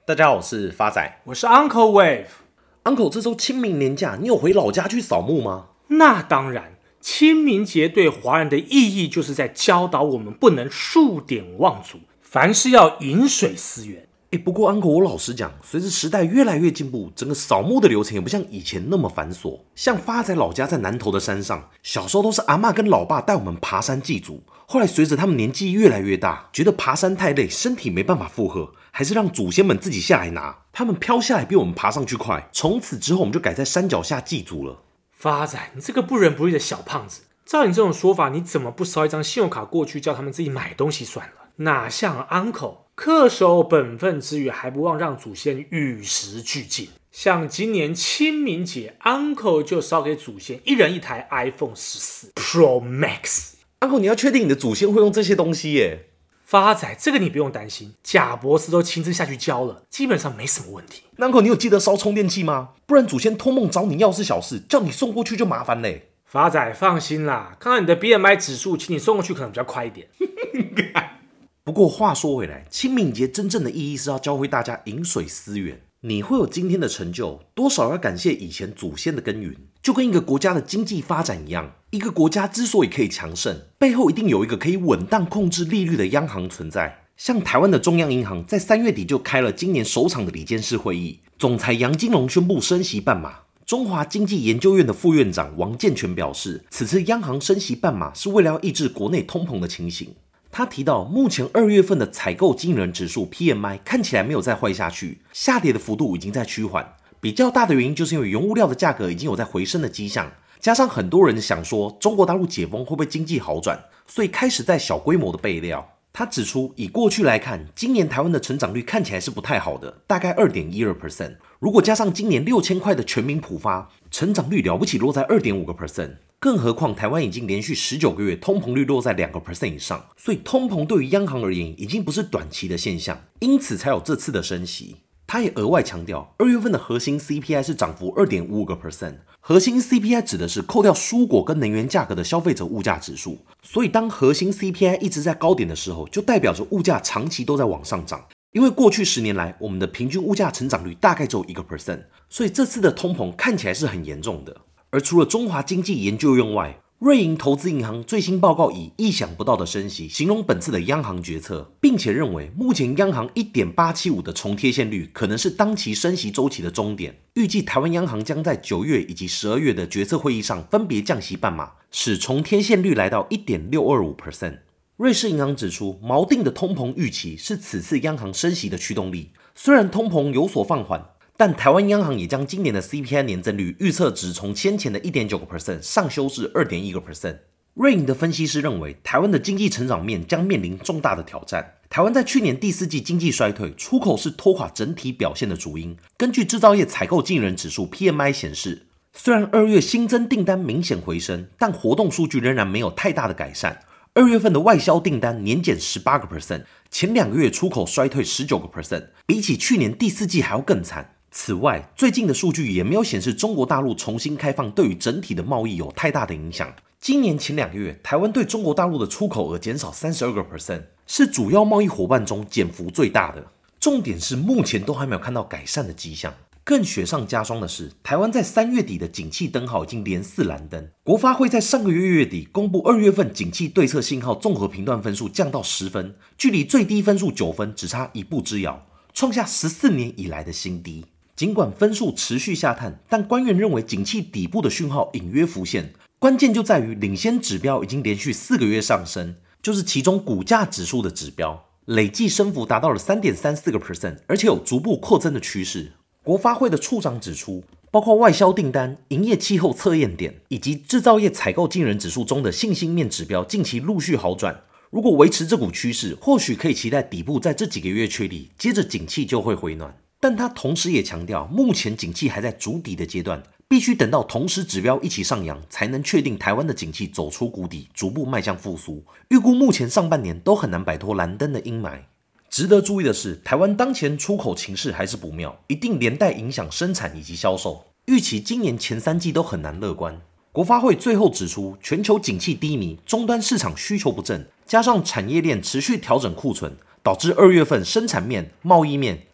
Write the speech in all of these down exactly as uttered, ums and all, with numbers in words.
大家好，我是发仔， 我是 Uncle Wave。Uncle， 这周清明年假，你有回老家去扫墓吗？ 那当然，清明节对华人的意义就是在教导我们不能数典忘祖，凡事要饮水思源。 欸、不过 Uncle， 我老实讲，随着时代越来越进步，整个扫墓的流程也不像以前那么繁琐。像发仔老家在南投的山上，小时候都是阿嬷跟老爸带我们爬山祭祖，后来随着他们年纪越来越大，觉得爬山太累，身体没办法负荷，还是让祖先们自己下来拿。他们飘下来比我们爬上去快，从此之后我们就改在山脚下祭祖了。 发仔，你这个不仁不义的小胖子，照你这种说法，你怎么不烧一张信用卡过去，叫他们自己买东西算了？哪像 Uncle 恪守本分之余，还不忘让祖先与时俱进。像今年清明节 ，Uncle 就烧给祖先一人一台 iPhone 十四 Pro Max。Uncle， 你要确定你的祖先会用这些东西耶？ 发仔，这个你不用担心，贾博士都亲自下去教了，基本上没什么问题。 那 Uncle， 你有记得烧充电器吗？不然祖先托梦找你要是小事，叫你送过去就麻烦嘞。 发仔放心啦，看看你的 B M I 指数，请你送过去可能比较快一点。 不过话说回来，清明节真正的意义是要教会大家饮水思源。你会有今天的成就，多少要感谢以前祖先的耕耘。就跟一个国家的经济发展一样，一个国家之所以可以强盛，背后一定有一个可以稳当控制利率的央行存在。像台湾的中央银行在三月底就开了今年首场的理监事会议，总裁杨金龙宣布升息半码。中华经济研究院的副院长王健全表示，此次央行升息半码是为了要抑制国内通膨的情形。他提到，目前二月份的采购经理人指数 P M I 看起来没有再坏下去，下跌的幅度已经在趋缓。比较大的原因就是因为原物料的价格已经有在回升的迹象，加上很多人想说中国大陆解封会不会经济好转，所以开始在小规模的备料。他指出，以过去来看，今年台湾的成长率看起来是不太好的，大概 百分之二点一二。如果加上今年六千块的全民普发，成长率了不起落在 百分之二点五。更何况台湾已经连续十九个月通膨率落在 百分之二 以上，所以通膨对于央行而言已经不是短期的现象，因此才有这次的升息。他也额外强调，二月份的核心 C P I 是涨幅 百分之二点五五。核心 C P I 指的是扣掉蔬果跟能源价格的消费者物价指数，所以当核心 C P I 一直在高点的时候，就代表着物价长期都在往上涨。因为过去十年来，我们的平均物价成长率大概只有 百分之一， 所以这次的通膨看起来是很严重的。而除了中华经济研究院外，瑞银投资银行最新报告以意想不到的升息形容本次的央行决策，并且认为目前央行 一点八七五 的重贴现率可能是当期升息周期的终点，预计台湾央行将在九月以及十二月的决策会议上分别降息半码，使重贴现率来到 一点六二五。瑞士银行指出，锚定的通膨预期是此次央行升息的驱动力，虽然通膨有所放缓，但台湾央行也将今年的 C P I 年增率预测值从先前的 一点九 上修至 二点一。瑞银的分析师认为，台湾的经济成长面将面临重大的挑战。台湾在去年第四季经济衰退，出口是拖垮整体表现的主因。根据制造业采购经理人指数 P M I 显示，虽然二月新增订单明显回升，但活动数据仍然没有太大的改善。二月份的外销订单年减 百分之十八， 前两个月出口衰退 百分之十九， 比起去年第四季还要更惨。此外，最近的数据也没有显示中国大陆重新开放对于整体的贸易有太大的影响。今年前两个月，台湾对中国大陆的出口额减少 百分之三十二， 是主要贸易伙伴中减幅最大的。重点是目前都还没有看到改善的迹象。更雪上加霜的是，台湾在三月底的景气灯号已经连四蓝灯。国发会在上个月月底公布二月份景气对策信号综合评断分数降到十分，距离最低分数九分只差一步之遥，创下十四年以来的新低。尽管分数持续下探，但官员认为景气底部的讯号隐约浮现，关键就在于领先指标已经连续四个月上升，就是其中股价指数的指标，累计升幅达到了 百分之三点三四， 而且有逐步扩增的趋势。国发会的处长指出，包括外销订单、营业气候测验点以及制造业采购经理人指数中的信心面指标近期陆续好转。如果维持这股趋势，或许可以期待底部在这几个月确立，接着景气就会回暖。但他同时也强调，目前景气还在筑底的阶段，必须等到同时指标一起上扬，才能确定台湾的景气走出谷底，逐步迈向复苏。预估目前上半年都很难摆脱蓝灯的阴霾。值得注意的是，台湾当前出口情势还是不妙，一定连带影响生产以及销售。预期今年前三季都很难乐观。国发会最后指出，全球景气低迷，终端市场需求不振，加上产业链持续调整库存，导致二月份生产面、贸易面、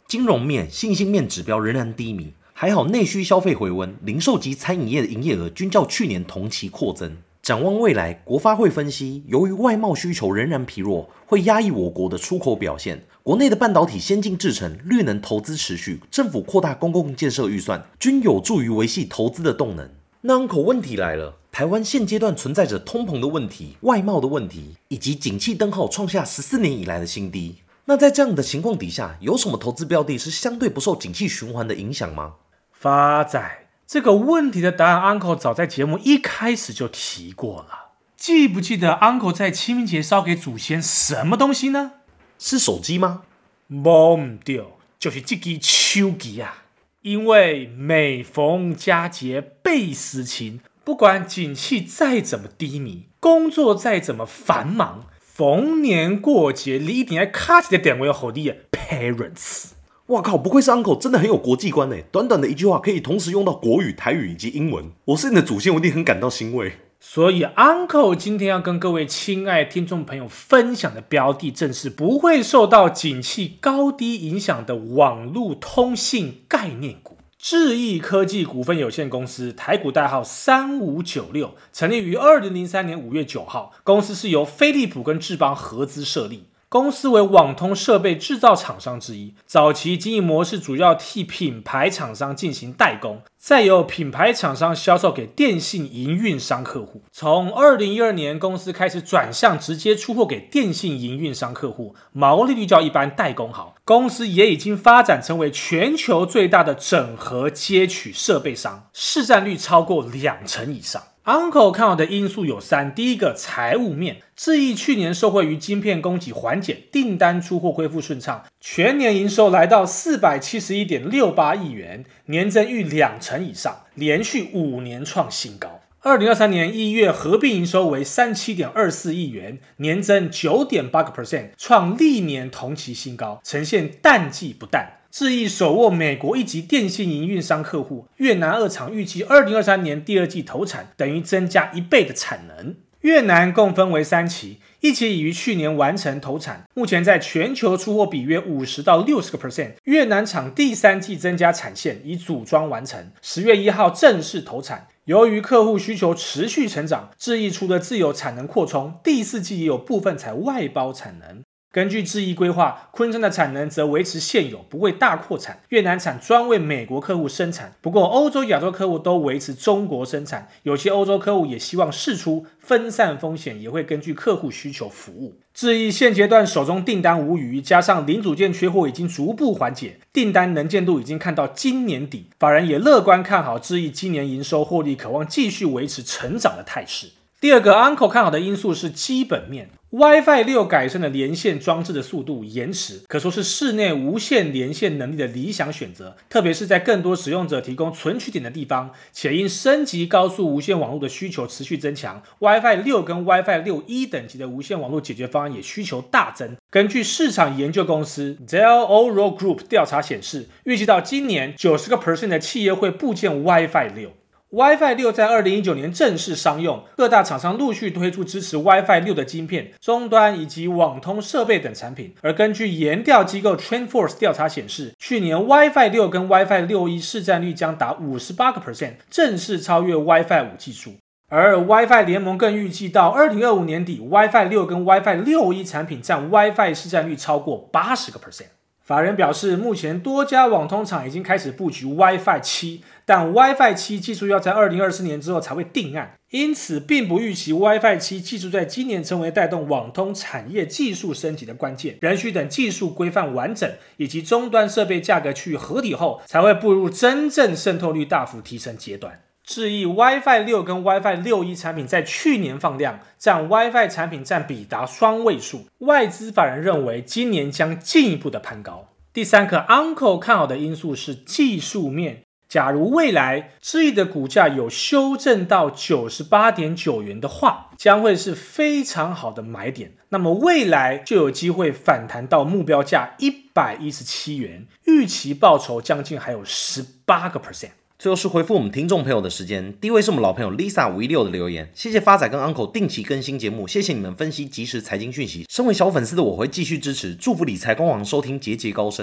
金融面、信心面指标仍然低迷，还好内需消费回温，零售及餐饮业的营业额均较去年同期扩增。展望未来，国发会分析，由于外贸需求仍然疲弱，会压抑我国的出口表现。国内的半导体先进制程、绿能投资持续，政府扩大公共建设预算，均有助于维系投资的动能。那 Uncle 问题来了，台湾现阶段存在着通膨的问题、外贸的问题，以及景气灯号创下十四年以来的新低。那在这样的情况底下，有什么投资标的是相对不受景气循环的影响吗？ 发仔，这个问题的答案 Uncle 早在节目一开始就提过了。记不记得 Uncle 在清明节烧给祖先什么东西呢？ 是手机吗？ 不对，就是这支手机啊。因为每逢佳节倍思亲，不管景气再怎么低迷，工作再怎么繁忙，逢年过节你一定要卡起的点位给你的 parents。 哇靠，不愧是 Uncle， 真的很有国际观耶，短短的一句话可以同时用到国语、台语以及英文。我是你的祖先，我一定很感到欣慰。 所以 Uncle 今天要跟各位亲爱听众朋友分享的标的，正是不会受到景气高低影响的网络通信概念股。智易科技股份有限公司，台股代号三五九六，成立于二零零三年五月九号，公司是由飞利浦跟智邦合资设立。公司为网通设备制造厂商之一，早期经营模式主要替品牌厂商进行代工，再由品牌厂商销售给电信营运商客户。从二零一二年，公司开始转向直接出货给电信营运商客户，毛利率较一般代工好。公司也已经发展成为全球最大的整合接取设备商，市占率超过两成以上。Uncle 看好的因素有三，第一个财务面，智易去年受惠于晶片供给缓解，订单出货恢复顺畅，全年营收来到 四百七十一点六八亿元，年增逾两成以上，连续五年创新高。二零二三年一月合并营收为 三十七点二四亿元，年增 百分之九点八， 创历年同期新高，呈现淡季不淡。智易手握美国一级电信营运商客户，越南二厂预计二零二三年第二季投产，等于增加一倍的产能。越南共分为三期，一期已于去年完成投产，目前在全球出货比约 百分之五十到百分之六十。越南厂第三季增加产线，已组装完成，十月一号正式投产。由于客户需求持续成长，智易除了自有产能扩充，第四季也有部分才外包产能。根据智易规划，昆山的产能则维持现有，不会大扩产。越南产专为美国客户生产，不过欧洲、亚洲客户都维持中国生产。有些欧洲客户也希望释出，分散风险，也会根据客户需求服务。智易现阶段手中订单无余，加上零组件缺货已经逐步缓解，订单能见度已经看到今年底。法人也乐观看好智易今年营收获利，渴望继续维持成长的态势。第二个 Uncle 看好的因素是基本面。WiFi 六改善了连线装置的速度延迟，可说是室内无线连线能力的理想选择，特别是在更多使用者提供存取点的地方，且因升级高速无线网络的需求持续增强， WiFi 六跟 WiFi 六 E 等级的无线网络解决方案也需求大增。根据市场研究公司 Dell Oral Group 调查显示，预计到今年 百分之九十 的企业会部件 WiFi 六。WiFi 六在二零一九年正式商用，各大厂商陆续推出支持 WiFi 六的晶片、终端以及网通设备等产品。而根据研调机构 TrendForce 调查显示，去年 WiFi 六跟 WiFi 六 E 市占率将达 百分之五十八， 正式超越 WiFi 五 技术。而 WiFi 联盟更预计到二零二五年底 WiFi 六跟 WiFi 六 E 产品占 WiFi 市占率超过 百分之八十。法人表示，目前多家网通厂已经开始布局 WiFi 七，但 WiFi 七技术要在二零二四年之后才会定案，因此并不预期 WiFi 七技术在今年成为带动网通产业技术升级的关键，仍需等技术规范完整以及终端设备价格趋于合理后，才会步入真正渗透率大幅提升阶段。智易 WiFi 六跟 WiFi 六 E 产品在去年放量，占 WiFi 产品占比达双位数，外资法人认为今年将进一步的攀高。第三个 Uncle 看好的因素是技术面，假如未来智易的股价有修正到 九十八点九元的话，将会是非常好的买点，那么未来就有机会反弹到目标价一百一十七元，预期报酬将近还有 百分之十八。 最后是回复我们听众朋友的时间，第一位是我们老朋友 Lisa 五一六的留言，谢谢发仔跟 Uncle 定期更新节目，谢谢你们分析即时财经讯息，身为小粉丝的我会继续支持，祝福理财官网收听节节高升。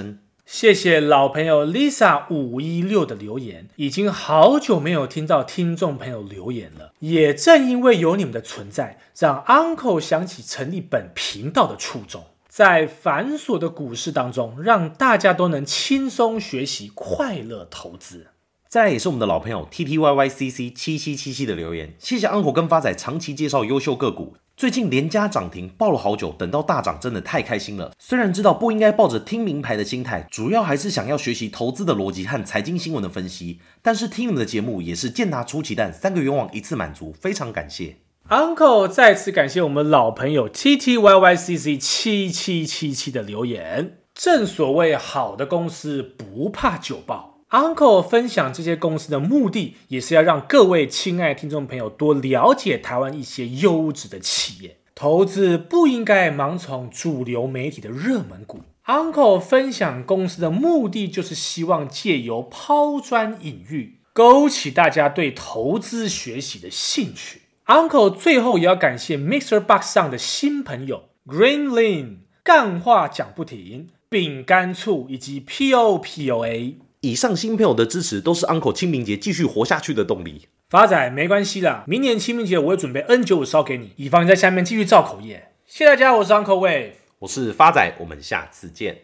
谢谢老朋友 Lisa 五一六的留言，已经好久没有听到听众朋友留言了。也正因为有你们的存在，让 Uncle 想起成立本频道的初衷，在繁琐的股市当中，让大家都能轻松学习快乐投资。 再来也是我们的老朋友 T T Y Y C C 七七七七的留言，谢谢 Uncle 跟发仔长期介绍优秀个股，最近连家涨停抱了好久，等到大涨真的太开心了。虽然知道不应该抱着听名牌的心态，主要还是想要学习投资的逻辑和财经新闻的分析，但是听你们的节目也是健达出奇蛋，三个愿望一次满足，非常感谢。 Uncle 再次感谢我们老朋友 T T Y Y C C 七七七七的留言。正所谓好的公司不怕久报， Uncle 分享这些公司的目的，也是要让各位亲爱的听众朋友多了解台湾一些优质的企业。投资不应该盲从主流媒体的热门股。 Uncle 分享公司的目的，就是希望借由抛砖引玉，勾起大家对投资学习的兴趣。Uncle 最后也要感谢 Mixer Box 上的新朋友 Green Lin、 干话讲不停、饼干醋以及 P O P O A。 以上新朋友的支持都是 Uncle 清明节继续活下去的动力。 发仔没关系啦，明年清明节我会准备 N 九十 烧给你，以防你在下面继续造口业。谢谢大家，我是 Uncle Wave， 我是发仔，我们下次见。